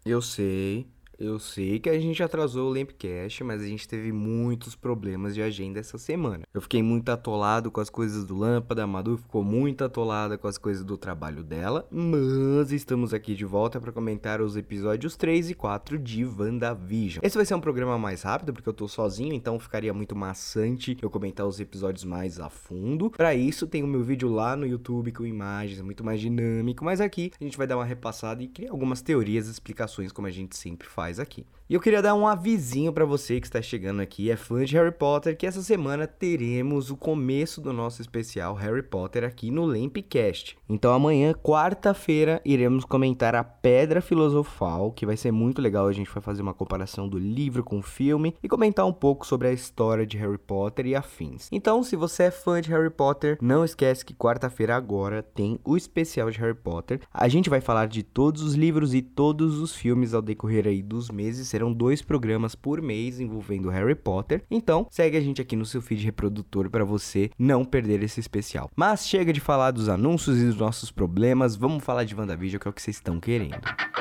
Eu sei que a gente atrasou o Lampcast, mas a gente teve muitos problemas de agenda essa semana. Eu fiquei muito atolado com as coisas do Lâmpada, a Madu ficou muito atolada com as coisas do trabalho dela, mas estamos aqui de volta para comentar os episódios 3 e 4 de WandaVision. Esse vai ser um programa mais rápido, porque eu tô sozinho, então ficaria muito maçante eu comentar os episódios mais a fundo. Para isso, tem o meu vídeo lá no YouTube com imagens, é muito mais dinâmico, mas aqui a gente vai dar uma repassada e criar algumas teorias e explicações, como a gente sempre faz aqui. E eu queria dar um avisinho pra você que está chegando aqui, é fã de Harry Potter, que essa semana teremos o começo do nosso especial Harry Potter aqui no Lampcast. Então amanhã, quarta-feira, iremos comentar a Pedra Filosofal, que vai ser muito legal. A gente vai fazer uma comparação do livro com o filme e comentar um pouco sobre a história de Harry Potter e afins. Então, se você é fã de Harry Potter, não esquece que quarta-feira agora tem o especial de Harry Potter. A gente vai falar de todos os livros e todos os filmes ao decorrer aí dos meses. Serão 2 programas por mês envolvendo Harry Potter. Então, segue a gente aqui no seu feed reprodutor para você não perder esse especial. Mas chega de falar dos anúncios e dos nossos problemas. Vamos falar de WandaVision, que é o que vocês estão querendo.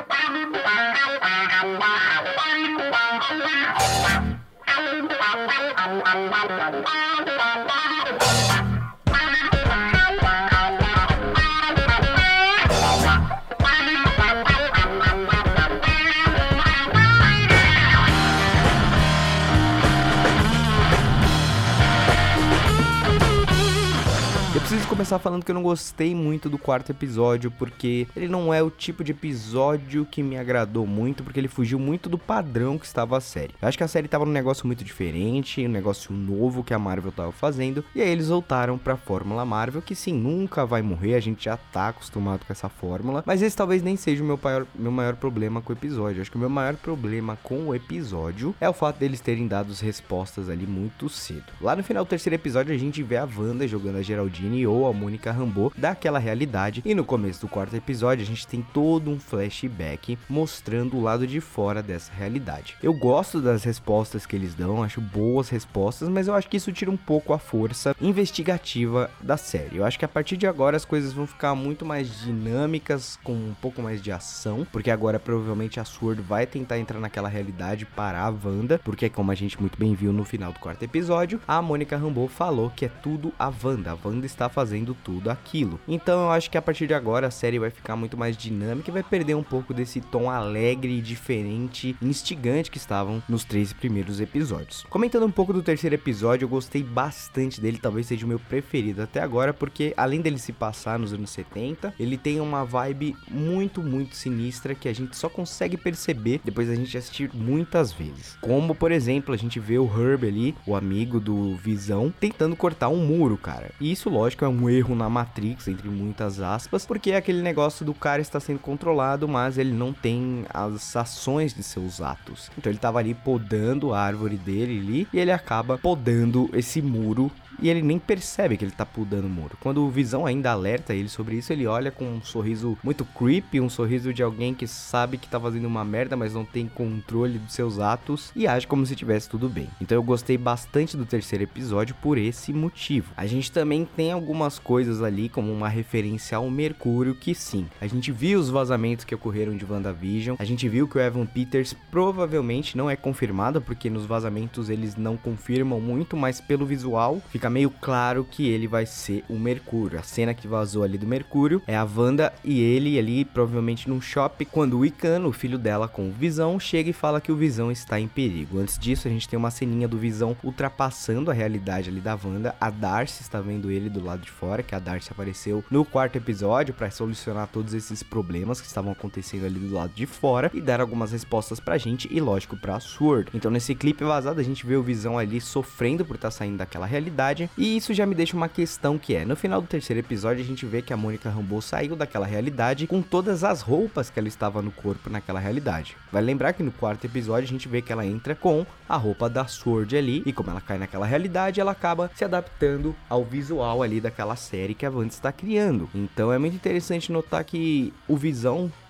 Eu preciso começar falando que eu não gostei muito do 4º episódio, porque ele não é o tipo de episódio que me agradou muito, porque ele fugiu muito do padrão que estava a série. Eu acho que a série estava num negócio muito diferente, um negócio novo que a Marvel estava fazendo, e aí eles voltaram pra Fórmula Marvel, que sim, nunca vai morrer, a gente já tá acostumado com essa fórmula, mas esse talvez nem seja o meu maior problema com o episódio. Eu acho que o meu maior problema com o episódio é o fato deles terem dado as respostas ali muito cedo. Lá no final do 3º episódio, a gente vê a Wanda jogando a Geraldine ou a Mônica Rambeau daquela realidade, e no começo do 4º episódio a gente tem todo um flashback mostrando o lado de fora dessa realidade. Eu gosto das respostas que eles dão, acho boas respostas, mas eu acho que isso tira um pouco a força investigativa da série. Eu acho que a partir de agora as coisas vão ficar muito mais dinâmicas, com um pouco mais de ação, porque agora provavelmente a SWORD vai tentar entrar naquela realidade e parar a Wanda, porque como a gente muito bem viu no final do 4º episódio, a Mônica Rambeau falou que é tudo a Wanda está fazendo tudo aquilo. Então eu acho que a partir de agora a série vai ficar muito mais dinâmica e vai perder um pouco desse tom alegre, diferente, instigante que estavam nos 3 primeiros episódios. Comentando um pouco do 3º episódio, eu gostei bastante dele, talvez seja o meu preferido até agora, porque além dele se passar nos anos 70, ele tem uma vibe muito sinistra que a gente só consegue perceber depois da gente assistir muitas vezes. Como, por exemplo, a gente vê o Herb ali, o amigo do Visão, tentando cortar um muro, cara. E isso, lógico, é um erro na Matrix, entre muitas aspas, porque é aquele negócio do cara está sendo controlado, mas ele não tem as ações de seus atos. Então ele tava ali podando a árvore dele ali, e ele acaba podando esse muro, e ele nem percebe que ele tá podando o muro. Quando o Visão ainda alerta ele sobre isso, ele olha com um sorriso muito creepy, um sorriso de alguém que sabe que tá fazendo uma merda, mas não tem controle dos seus atos, e age como se tivesse tudo bem. Então eu gostei bastante do 3º episódio por esse motivo. A gente também tem algumas coisas ali, como uma referência ao Mercúrio, que sim, a gente viu os vazamentos que ocorreram de WandaVision, a gente viu que o Evan Peters provavelmente não é confirmado, porque nos vazamentos eles não confirmam muito, mas pelo visual fica meio claro que ele vai ser o Mercúrio. A cena que vazou ali do Mercúrio é a Wanda e ele ali provavelmente num shopping, quando o Wiccan, o filho dela com o Visão, chega e fala que o Visão está em perigo. Antes disso a gente tem uma ceninha do Visão ultrapassando a realidade ali da Wanda, a Darcy está vendo ele do lado de fora, que a Darcy apareceu no 4º episódio para solucionar todos esses problemas que estavam acontecendo ali do lado de fora e dar algumas respostas pra gente e lógico pra SWORD. Então nesse clipe vazado a gente vê o Visão ali sofrendo por estar saindo daquela realidade, e isso já me deixa uma questão que é, no final do 3º episódio a gente vê que a Mônica Rambeau saiu daquela realidade com todas as roupas que ela estava no corpo naquela realidade. Vai lembrar que no 4º episódio a gente vê que ela entra com a roupa da SWORD ali, e como ela cai naquela realidade, ela acaba se adaptando ao visual ali daquela série que a Wanda está criando. Então é muito interessante notar que o Visão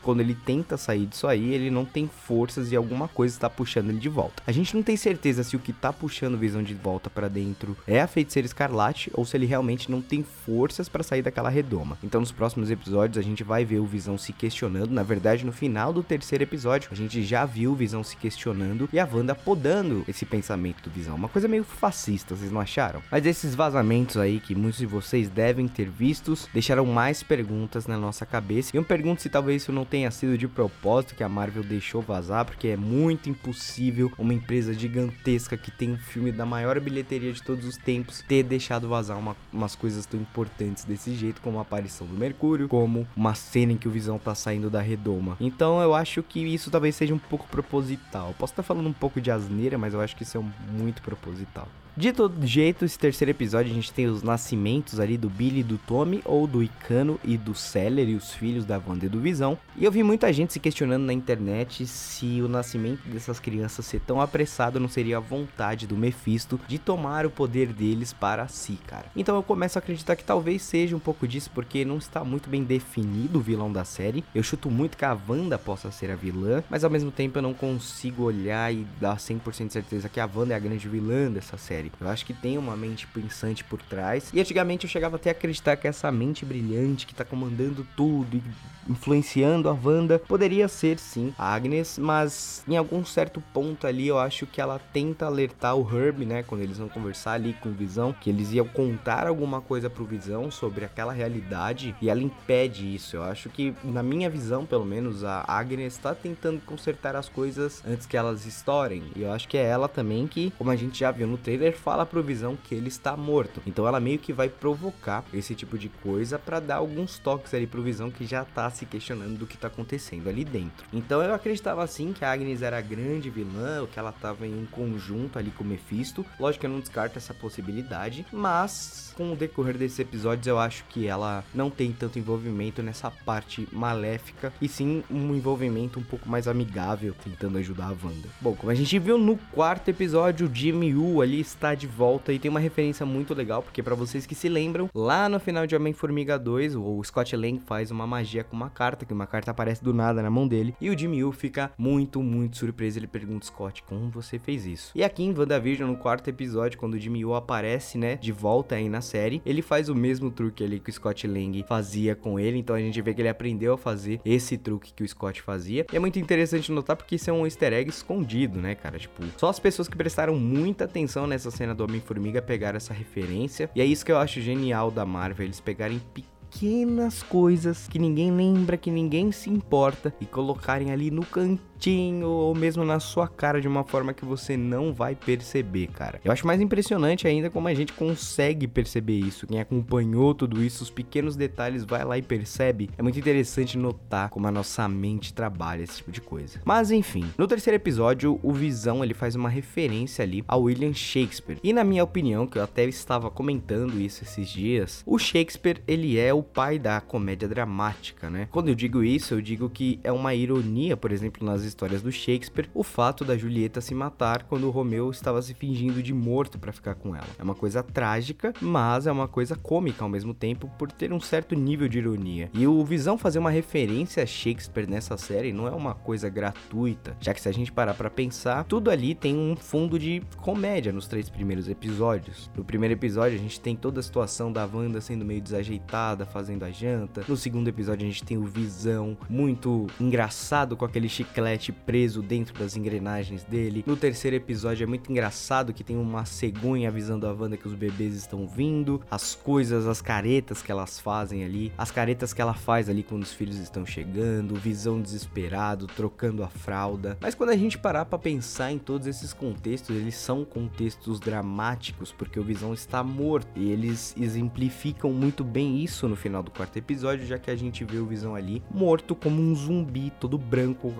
quando ele tenta sair disso aí, ele não tem forças e alguma coisa está puxando ele de volta. A gente não tem certeza se o que tá puxando o Visão de volta pra dentro é a Feiticeira Escarlate ou se ele realmente não tem forças pra sair daquela redoma. Então nos próximos episódios a gente vai ver o Visão se questionando. Na verdade, no final do terceiro episódio, a gente já viu o Visão se questionando e a Wanda podando esse pensamento do Visão. Uma coisa meio fascista, vocês não acharam? Mas esses vazamentos aí que muitos de vocês devem ter vistos deixaram mais perguntas na nossa cabeça. E eu me pergunto se talvez isso não tenha sido de propósito que a Marvel deixou vazar, porque é muito impossível uma empresa gigantesca que tem um filme da maior bilheteria de todos os tempos ter deixado vazar umas coisas tão importantes desse jeito, como a aparição do Mercúrio, como uma cena em que o Visão tá saindo da redoma. Então eu acho que isso talvez seja um pouco proposital. Posso estar falando um pouco de asneira, mas eu acho que isso é muito proposital. De todo jeito, esse terceiro episódio a gente tem os nascimentos ali do Billy e do Tommy, ou do Icano e do Celery, os filhos da Wanda e do Visão. E eu vi muita gente se questionando na internet se o nascimento dessas crianças ser tão apressado não seria a vontade do Mephisto de tomar o poder deles para si, cara. Então eu começo a acreditar que talvez seja um pouco disso, porque não está muito bem definido o vilão da série. Eu chuto muito que a Wanda possa ser a vilã, mas ao mesmo tempo eu não consigo olhar e dar 100% de certeza que a Wanda é a grande vilã dessa série. Eu acho que tem uma mente pensante por trás. E antigamente eu chegava até a acreditar que essa mente brilhante que tá comandando tudo e influenciando a Wanda poderia ser sim a Agnes, mas em algum certo ponto ali eu acho que ela tenta alertar o Herb, né, quando eles vão conversar ali com o Visão, que eles iam contar alguma coisa pro Visão sobre aquela realidade, e ela impede isso. Eu acho que, na minha visão pelo menos, a Agnes tá tentando consertar as coisas antes que elas estourem, e eu acho que é ela também que, como a gente já viu no trailer, fala pro Visão que ele está morto. Então ela meio que vai provocar esse tipo de coisa pra dar alguns toques ali pro Visão, que já tá se questionando do que tá acontecendo ali dentro. Então eu acreditava assim que a Agnes era a grande vilã, ou que ela tava em um conjunto ali com o Mephisto. Lógico que eu não descarto essa possibilidade, mas com o decorrer desses episódios eu acho que ela não tem tanto envolvimento nessa parte maléfica, e sim um envolvimento um pouco mais amigável, tentando ajudar a Wanda. Bom, como a gente viu no quarto episódio, o Jimmy Woo ali está de volta, e tem uma referência muito legal, porque pra vocês que se lembram, lá no final de Homem-Formiga 2, o Scott Lang faz uma magia com uma carta, que uma carta aparece do nada na mão dele, e o Jimmy Woo fica muito surpreso. Ele pergunta: Scott, como você fez isso? E aqui em WandaVision, no quarto episódio, quando o Jimmy Woo aparece, né, de volta aí na série, ele faz o mesmo truque ali que o Scott Lang fazia com ele. Então a gente vê que ele aprendeu a fazer esse truque que o Scott fazia, e é muito interessante notar porque isso é um easter egg escondido, né, cara? Tipo, só as pessoas que prestaram muita atenção nessa cena do Homem-Formiga pegaram essa referência, e é isso que eu acho genial da Marvel, eles pegarem pequenas coisas que ninguém lembra, que ninguém se importa, e colocarem ali no cantinho ou mesmo na sua cara de uma forma que você não vai perceber, cara. Eu acho mais impressionante ainda como a gente consegue perceber isso. Quem acompanhou tudo isso, os pequenos detalhes, vai lá e percebe. É muito interessante notar como a nossa mente trabalha esse tipo de coisa. Mas enfim, no terceiro episódio, o Visão, ele faz uma referência ali ao William Shakespeare. E na minha opinião, que eu até estava comentando isso esses dias, o Shakespeare, ele é o pai da comédia dramática, né? Quando eu digo isso, eu digo que é uma ironia, por exemplo, nas histórias do Shakespeare, o fato da Julieta se matar quando o Romeu estava se fingindo de morto pra ficar com ela. É uma coisa trágica, mas é uma coisa cômica ao mesmo tempo, por ter um certo nível de ironia. E o Visão fazer uma referência a Shakespeare nessa série não é uma coisa gratuita, já que se a gente parar pra pensar, tudo ali tem um fundo de comédia nos 3 primeiros episódios. No primeiro episódio a gente tem toda a situação da Wanda sendo meio desajeitada, fazendo a janta. No segundo episódio a gente tem o Visão muito engraçado com aquele chiclete preso dentro das engrenagens dele. No terceiro episódio é muito engraçado que tem uma cegonha avisando a Wanda que os bebês estão vindo, as coisas, as caretas que elas fazem ali, as caretas que ela faz ali quando os filhos estão chegando, o Visão desesperado, trocando a fralda. Mas quando a gente parar pra pensar em todos esses contextos, eles são contextos dramáticos, porque o Visão está morto, e eles exemplificam muito bem isso no final do quarto episódio, já que a gente vê o Visão ali morto como um zumbi, todo branco, com a cabeça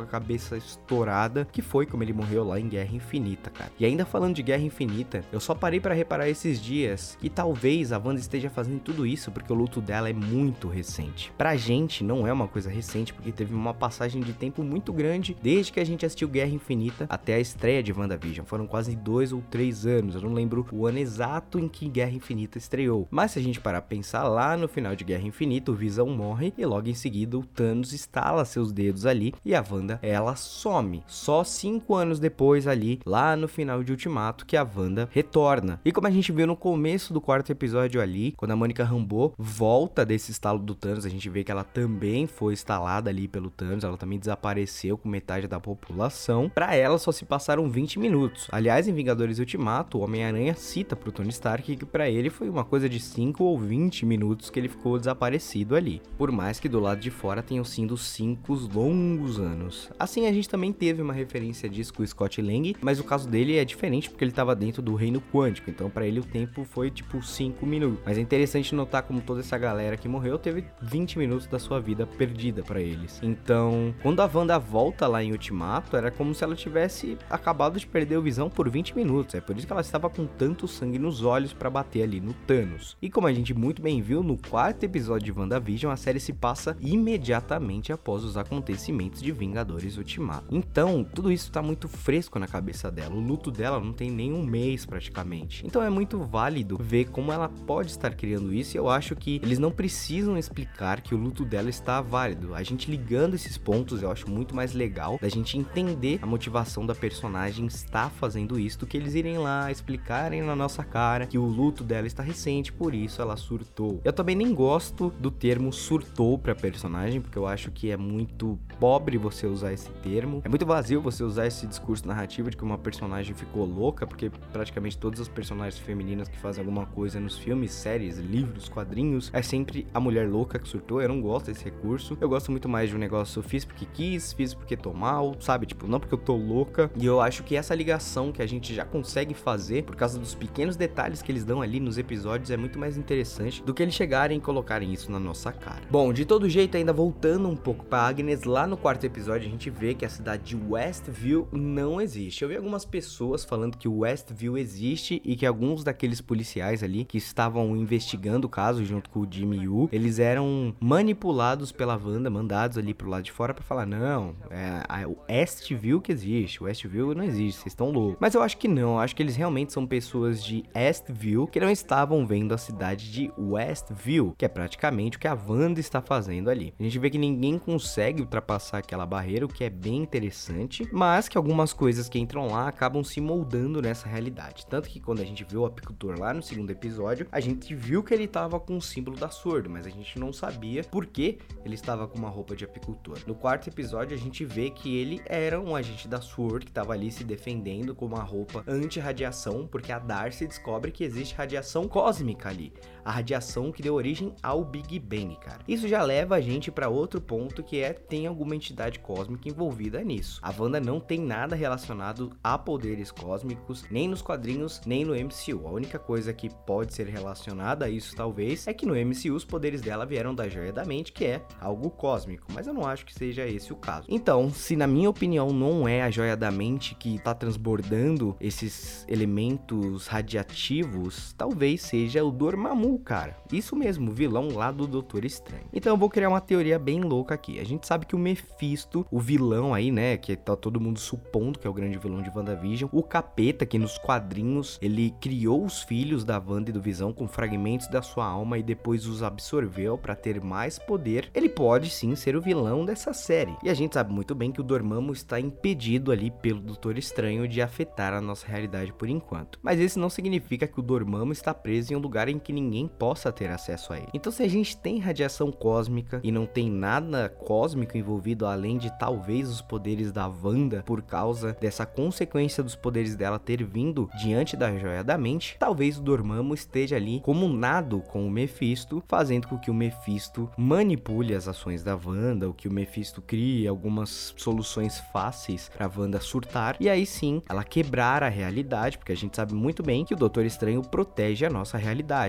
cabeça estourada, que foi como ele morreu lá em Guerra Infinita, cara. E ainda falando de Guerra Infinita, eu só parei pra reparar esses dias que talvez a Wanda esteja fazendo tudo isso porque o luto dela é muito recente. Pra gente não é uma coisa recente, porque teve uma passagem de tempo muito grande desde que a gente assistiu Guerra Infinita até a estreia de WandaVision. Foram quase 2 ou 3 anos, eu não lembro o ano exato em que Guerra Infinita estreou. Mas se a gente parar pra pensar, lá no final de Guerra Infinita, o Visão morre e logo em seguida o Thanos estala seus dedos ali e a Wanda, ela some. Só 5 anos depois ali, lá no final de Ultimato, que a Wanda retorna. E como a gente viu no começo do 4º episódio ali, quando a Monica Rambeau volta desse estalo do Thanos, a gente vê que ela também foi estalada ali pelo Thanos, ela também desapareceu com metade da população. Pra ela só se passaram 20 minutos. Aliás, em Vingadores Ultimato, o Homem-Aranha cita pro Tony Stark que pra ele foi uma coisa de 5 ou 20 minutos que ele ficou desaparecido ali. Por mais que do lado de fora tenham sido 5 longos anos. Assim, a gente também teve uma referência disso com o Scott Lang, mas o caso dele é diferente porque ele estava dentro do reino quântico, então pra ele o tempo foi tipo 5 minutos. Mas é interessante notar como toda essa galera que morreu teve 20 minutos da sua vida perdida pra eles. Então, quando a Wanda volta lá em Ultimato, era como se ela tivesse acabado de perder o Visão por 20 minutos. É por isso que ela estava com tanto sangue nos olhos pra bater ali no Thanos. E como a gente muito bem viu, no 4º episódio de WandaVision, a série se passa imediatamente após os acontecimentos de Vingadores Ultimato. Então, tudo isso tá muito fresco na cabeça dela. O luto dela não tem nem um mês praticamente. Então é muito válido ver como ela pode estar criando isso, e eu acho que eles não precisam explicar que o luto dela está válido. A gente ligando esses pontos, eu acho muito mais legal da gente entender a motivação da personagem estar fazendo isso, do que eles irem lá explicarem na nossa cara que o luto dela está recente, por isso ela surtou. Eu também nem gosto do termo surtou pra personagem, porque eu acho que é muito pobre você usar esse termo. É muito vazio você usar esse discurso narrativo de que uma personagem ficou louca, porque praticamente todas as personagens femininas que fazem alguma coisa nos filmes, séries, livros, quadrinhos, é sempre a mulher louca que surtou. Eu não gosto desse recurso. Eu gosto muito mais de um negócio fiz porque quis, fiz porque tô mal, sabe? Tipo, não porque eu tô louca. E eu acho que essa ligação que a gente já consegue fazer, por causa dos pequenos detalhes que eles dão ali nos episódios, é muito mais interessante do que eles chegarem e colocarem isso na nossa cara. Bom, de todo jeito, ainda voltando um pouco pra Agnes, lá no 4º episódio a gente vê que a cidade de Westview não existe. Eu vi algumas pessoas falando que Westview existe e que alguns daqueles policiais ali que estavam investigando o caso junto com o Jimmy Woo, eles eram manipulados pela Wanda, mandados ali pro lado de fora pra falar, não, é o Eastview que existe, o Westview não existe, vocês estão loucos. Mas eu acho que não, eu acho que eles realmente são pessoas de Eastview que não estavam vendo a cidade de Westview, que é praticamente o que a Wanda está fazendo ali. A gente vê que ninguém consegue ultrapassar aquela barreira, o que é bem interessante, mas que algumas coisas que entram lá acabam se moldando nessa realidade. Tanto que quando a gente viu o apicultor lá no 2º episódio, a gente viu que ele tava com o símbolo da SWORD, mas a gente não sabia por que ele estava com uma roupa de apicultor. No 4º episódio, a gente vê que ele era um agente da SWORD que tava ali se defendendo com uma roupa anti-radiação, porque a Darcy descobre que existe radiação cósmica ali. A radiação que deu origem ao Big Bang, cara. Isso já leva a gente para outro ponto, que é tem alguma entidade cósmica envolvida nisso. A Wanda não tem nada relacionado a poderes cósmicos, nem nos quadrinhos, nem no MCU. A única coisa que pode ser relacionada a isso, talvez, é que no MCU os poderes dela vieram da Joia da Mente, que é algo cósmico, mas eu não acho que seja esse o caso. Então, se na minha opinião não é a Joia da Mente que tá transbordando esses elementos radiativos, talvez seja o Dormammu, cara. Isso mesmo, o vilão lá do Doutor Estranho. Então eu vou criar uma teoria bem louca aqui. A gente sabe que o Mephisto, o vilão aí, né, que tá todo mundo supondo que é o grande vilão de WandaVision, o Capeta, que nos quadrinhos ele criou os filhos da Wanda e do Visão com fragmentos da sua alma e depois os absorveu pra ter mais poder, ele pode sim ser o vilão dessa série. E a gente sabe muito bem que o Dormammu está impedido ali pelo Doutor Estranho de afetar a nossa realidade por enquanto. Mas isso não significa que o Dormammu está preso em um lugar em que ninguém possa ter acesso a ele. Então, se a gente tem radiação cósmica e não tem nada cósmico envolvido além de talvez os poderes da Wanda, por causa dessa consequência dos poderes dela ter vindo diante da Joia da Mente, talvez o Dormammu esteja ali comunado com o Mephisto, fazendo com que o Mephisto manipule as ações da Wanda, ou que o Mephisto crie algumas soluções fáceis pra Wanda surtar, e aí sim, ela quebrar a realidade, porque a gente sabe muito bem que o Doutor Estranho protege a nossa realidade, enquanto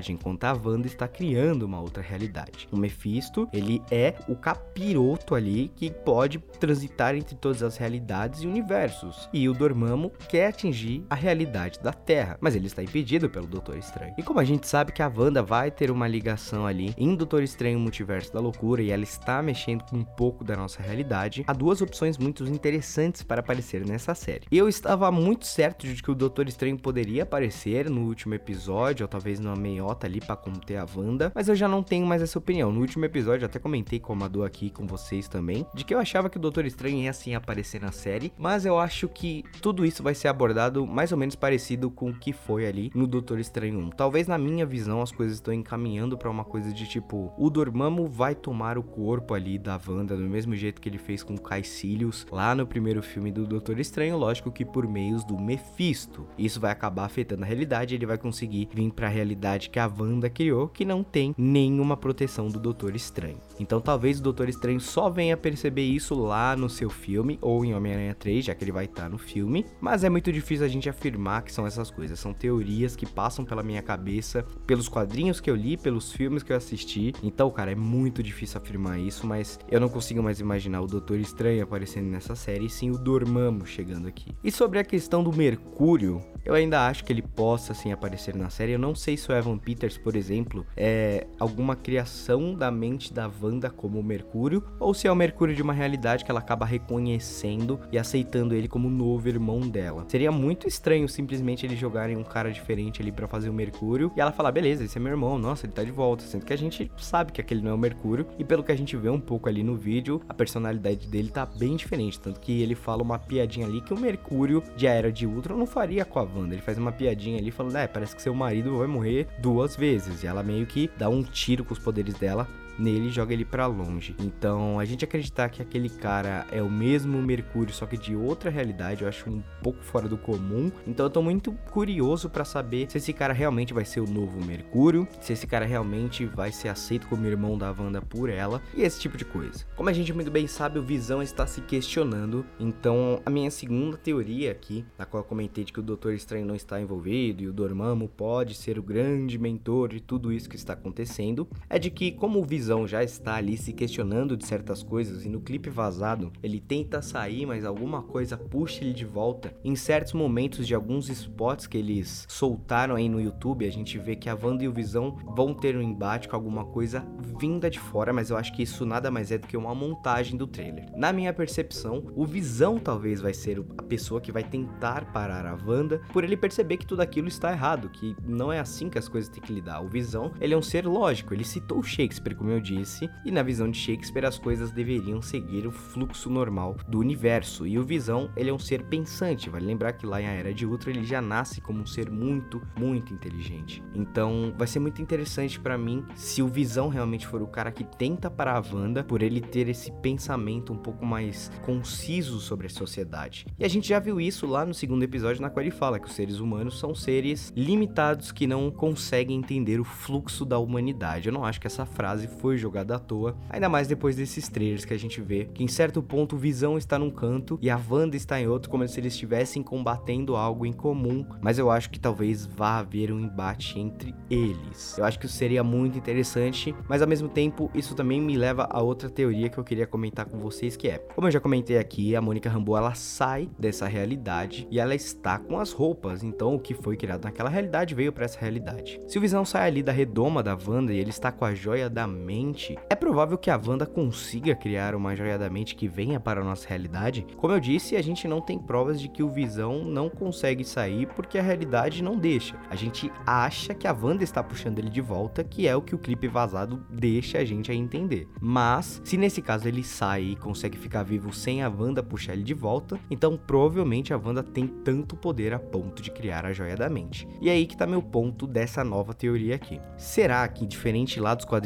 a Wanda está criando uma outra realidade. O Mephisto, ele é o capiroto ali que pode transitar entre todas as realidades e universos. E o Dormammu quer atingir a realidade da Terra, mas ele está impedido pelo Doutor Estranho. E como a gente sabe que a Wanda vai ter uma ligação ali em Doutor Estranho Multiverso da Loucura e ela está mexendo com um pouco da nossa realidade, há duas opções muito interessantes para aparecer nessa série. Eu estava muito certo de que o Doutor Estranho poderia aparecer no último episódio, ou talvez numa meiota ali para conter a Wanda, mas eu já não tenho mais essa opinião. No último episódio eu até comentei com a Madu aqui com vocês também, de que eu achava que o Doutor Estranho ia sim aparecer na série, mas eu acho que tudo isso vai ser abordado mais ou menos parecido com o que foi ali no Doutor Estranho 1. Talvez na minha visão as coisas estão encaminhando para uma coisa de tipo, o Dormammu vai tomar o corpo ali da Wanda do mesmo jeito que ele fez com o Caecilius lá no primeiro filme do Doutor Estranho, lógico que por meios do Mephisto. Isso vai acabar afetando a realidade, ele vai conseguir vir para a realidade que a Wanda criou, que não tem nenhuma proteção do Doutor Estranho. Então talvez o Doutor Estranho só venha perceber isso lá no seu filme, ou em Homem-Aranha 3, já que ele vai estar no filme, mas é muito difícil a gente afirmar que são essas coisas, são teorias que passam pela minha cabeça, pelos quadrinhos que eu li, pelos filmes que eu assisti. Então, cara, é muito difícil afirmar isso, mas eu não consigo mais imaginar o Doutor Estranho aparecendo nessa série, e sim o Dormammu chegando aqui. E sobre a questão do Mercúrio, eu ainda acho que ele possa sim aparecer na série. Eu não sei se o Evan Peters, por exemplo, é alguma criação da mente da Wanda como o Mercúrio, ou se é o Mercúrio de uma realidade que ela acaba reconhecendo e aceitando ele como novo irmão dela. Seria muito estranho simplesmente eles jogarem um cara diferente ali pra fazer o Mercúrio e ela falar, beleza, esse é meu irmão, nossa, ele tá de volta, sendo que a gente sabe que aquele não é o Mercúrio, e pelo que a gente vê um pouco ali no vídeo, a personalidade dele tá bem diferente, tanto que ele fala uma piadinha ali que o Mercúrio de A Era de Ultron não faria com a Wanda. Ele faz uma piadinha ali falando, parece que seu marido vai morrer 2 vezes, e ela meio que dá um tiro com os poderes dela nele e joga ele pra longe. Então, a gente acreditar que aquele cara é o mesmo Mercúrio, só que de outra realidade, eu acho um pouco fora do comum. Então, eu tô muito curioso pra saber se esse cara realmente vai ser o novo Mercúrio, se esse cara realmente vai ser aceito como irmão da Wanda por ela, e esse tipo de coisa. Como a gente muito bem sabe, o Visão está se questionando. Então, a minha segunda teoria aqui, na qual eu comentei de que o Doutor Estranho não está envolvido e o Dormammu pode ser o grande mentor de tudo isso que está acontecendo, é de que como o Visão já está ali se questionando de certas coisas e no clipe vazado ele tenta sair, mas alguma coisa puxa ele de volta. Em certos momentos de alguns spots que eles soltaram aí no YouTube, a gente vê que a Wanda e o Visão vão ter um embate com alguma coisa vinda de fora, mas eu acho que isso nada mais é do que uma montagem do trailer. Na minha percepção, o Visão talvez vai ser a pessoa que vai tentar parar a Wanda, por ele perceber que tudo aquilo está errado, que não é assim que as coisas têm que lidar. O Visão, ele é um ser lógico, ele citou Shakespeare, como eu disse, e na visão de Shakespeare as coisas deveriam seguir o fluxo normal do universo, e o Visão, ele é um ser pensante. Vale lembrar que lá em A Era de Ultron ele já nasce como um ser muito, muito inteligente. Então vai ser muito interessante pra mim se o Visão realmente for o cara que tenta parar a Wanda, por ele ter esse pensamento um pouco mais conciso sobre a sociedade. E a gente já viu isso lá no segundo episódio, na qual ele fala que os seres humanos são seres limitados que não conseguem entender o fluxo da humanidade. Eu não acho que essa frase foi jogada à toa, ainda mais depois desses trailers que a gente vê que em certo ponto o Visão está num canto e a Wanda está em outro, como se eles estivessem combatendo algo em comum, mas eu acho que talvez vá haver um embate entre eles. Eu acho que isso seria muito interessante, mas ao mesmo tempo isso também me leva a outra teoria que eu queria comentar com vocês, que é, como eu já comentei aqui, a Monica Rambeau, ela sai dessa realidade e ela está com as roupas, então o que foi criado naquela realidade veio para essa realidade. Se o Visão sai ali da redoma da Wanda e ele está com a joia da mente, é provável que a Wanda consiga criar uma joia da mente que venha para a nossa realidade. Como eu disse, a gente não tem provas de que o Visão não consegue sair porque a realidade não deixa. A gente acha que a Wanda está puxando ele de volta, que é o que o clipe vazado deixa a gente a entender. Mas, se nesse caso ele sai e consegue ficar vivo sem a Wanda puxar ele de volta, então provavelmente a Wanda tem tanto poder a ponto de criar a joia da mente. E aí que tá meu ponto dessa nova teoria aqui. Será que, diferente lá dos quadrinhos que ela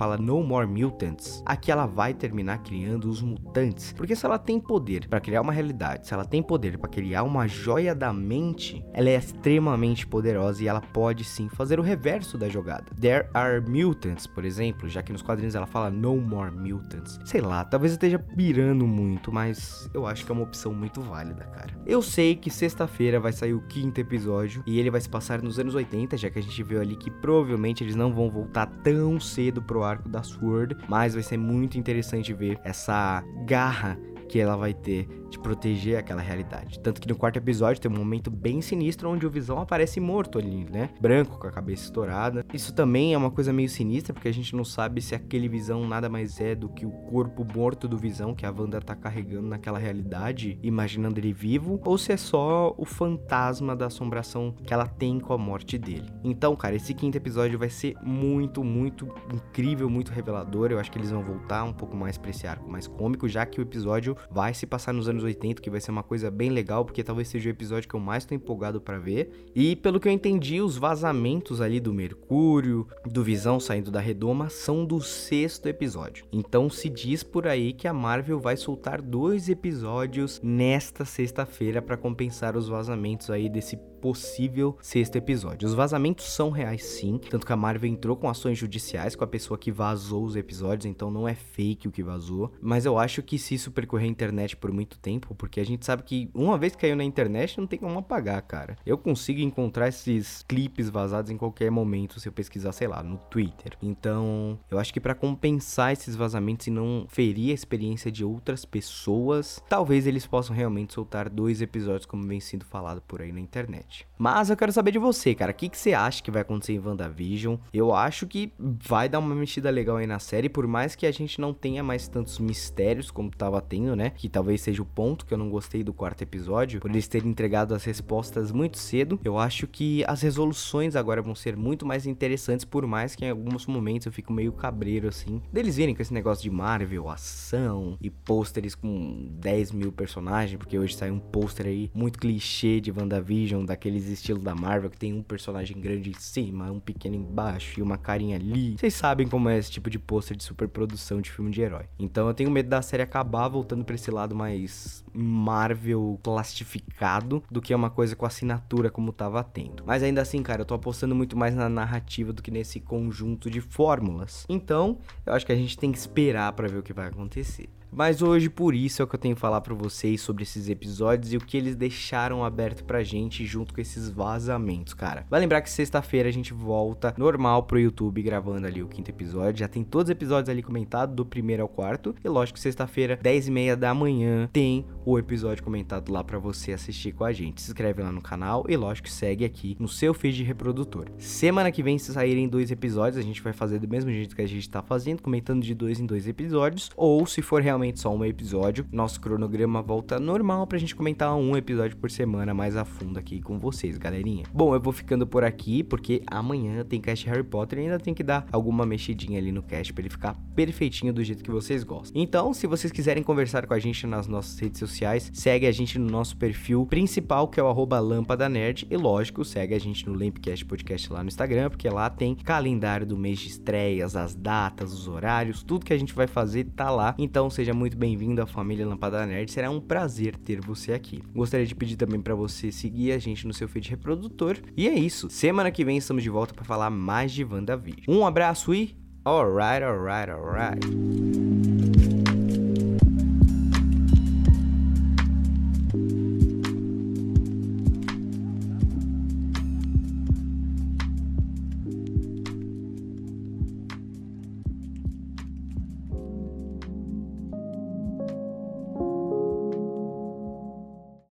fala No More Mutants, aqui ela vai terminar criando os mutantes. Porque se ela tem poder pra criar uma realidade, se ela tem poder pra criar uma joia da mente, ela é extremamente poderosa e ela pode sim fazer o reverso da jogada. There are mutants, por exemplo, já que nos quadrinhos ela fala No More Mutants. Sei lá, talvez eu esteja pirando muito, mas eu acho que é uma opção muito válida, cara. Eu sei que sexta-feira vai sair o 5º episódio e ele vai se passar nos anos 80, já que a gente viu ali que provavelmente eles não vão voltar tão cedo pro arco da SWORD, mas vai ser muito interessante ver essa garra que ela vai ter de proteger aquela realidade. Tanto que no 4º episódio tem um momento bem sinistro onde o Visão aparece morto ali, né? Branco, com a cabeça estourada. Isso também é uma coisa meio sinistra, porque a gente não sabe se aquele Visão nada mais é do que o corpo morto do Visão que a Wanda tá carregando naquela realidade, imaginando ele vivo, ou se é só o fantasma da assombração que ela tem com a morte dele. Então, cara, esse 5º episódio vai ser muito, muito incrível, muito revelador. Eu acho que eles vão voltar um pouco mais pra esse arco mais cômico, já que o episódio vai se passar nos anos 80, que vai ser uma coisa bem legal, porque talvez seja o episódio que eu mais tô empolgado pra ver. E pelo que eu entendi, os vazamentos ali do Mercúrio, do Visão saindo da redoma, são do 6º episódio. Então se diz por aí que a Marvel vai soltar 2 episódios nesta sexta-feira pra compensar os vazamentos aí desse possível 6º episódio. Os vazamentos são reais sim, tanto que a Marvel entrou com ações judiciais com a pessoa que vazou os episódios, então não é fake o que vazou, mas eu acho que se isso percorrer a internet por muito tempo, porque a gente sabe que uma vez que caiu na internet não tem como apagar, cara. Eu consigo encontrar esses clipes vazados em qualquer momento se eu pesquisar, sei lá, no Twitter. Então, eu acho que pra compensar esses vazamentos e não ferir a experiência de outras pessoas, talvez eles possam realmente soltar 2 episódios como vem sendo falado por aí na internet. Mas eu quero saber de você, cara. O que você acha que vai acontecer em WandaVision? Eu acho que vai dar uma mexida legal aí na série, por mais que a gente não tenha mais tantos mistérios como tava tendo, né? Que talvez seja o ponto que eu não gostei do 4º episódio, por eles terem entregado as respostas muito cedo. Eu acho que as resoluções agora vão ser muito mais interessantes, por mais que em alguns momentos eu fico meio cabreiro, assim, deles virem com esse negócio de Marvel, ação e pôsteres com 10 mil personagens, porque hoje sai um pôster aí muito clichê de WandaVision, daqueles estilos da Marvel, que tem um personagem grande em cima, um pequeno embaixo e uma carinha ali. Vocês sabem como é esse tipo de pôster de superprodução de filme de herói. Então eu tenho medo da série acabar voltando pra esse lado mais Marvel plastificado do que uma coisa com assinatura como tava tendo. Mas ainda assim, cara, eu tô apostando muito mais na narrativa do que nesse conjunto de fórmulas. Então, eu acho que a gente tem que esperar pra ver o que vai acontecer. Mas hoje, por isso, é o que eu tenho que falar pra vocês sobre esses episódios e o que eles deixaram aberto pra gente junto com esses vazamentos, cara. Vai lembrar que sexta-feira a gente volta normal pro YouTube gravando ali o 5º episódio. Já tem todos os episódios ali comentados, do 1º ao 4º. E lógico, sexta-feira, 10h30 da manhã, tem o episódio comentado lá pra você assistir com a gente. Se inscreve lá no canal e lógico, segue aqui no seu feed de reprodutor. Semana que vem, se saírem 2 episódios, a gente vai fazer do mesmo jeito que a gente tá fazendo, comentando de 2 em 2 episódios. Ou se for realmente só um episódio, nosso cronograma volta normal pra gente comentar um episódio por semana mais a fundo aqui com vocês, galerinha. Bom, eu vou ficando por aqui porque amanhã tem cast Harry Potter e ainda tem que dar alguma mexidinha ali no cast pra ele ficar perfeitinho do jeito que vocês gostam. Então, se vocês quiserem conversar com a gente nas nossas redes sociais, segue a gente no nosso perfil principal, que é o @lampada_nerd, e lógico, segue a gente no Lampcast Podcast lá no Instagram, porque lá tem calendário do mês de estreias, as datas, os horários, tudo que a gente vai fazer tá lá. Então, seja muito bem-vindo à família Lampada Nerd, será um prazer ter você aqui. Gostaria de pedir também pra você seguir a gente no seu feed reprodutor. E é isso, semana que vem estamos de volta pra falar mais de WandaVision. Um abraço e alright.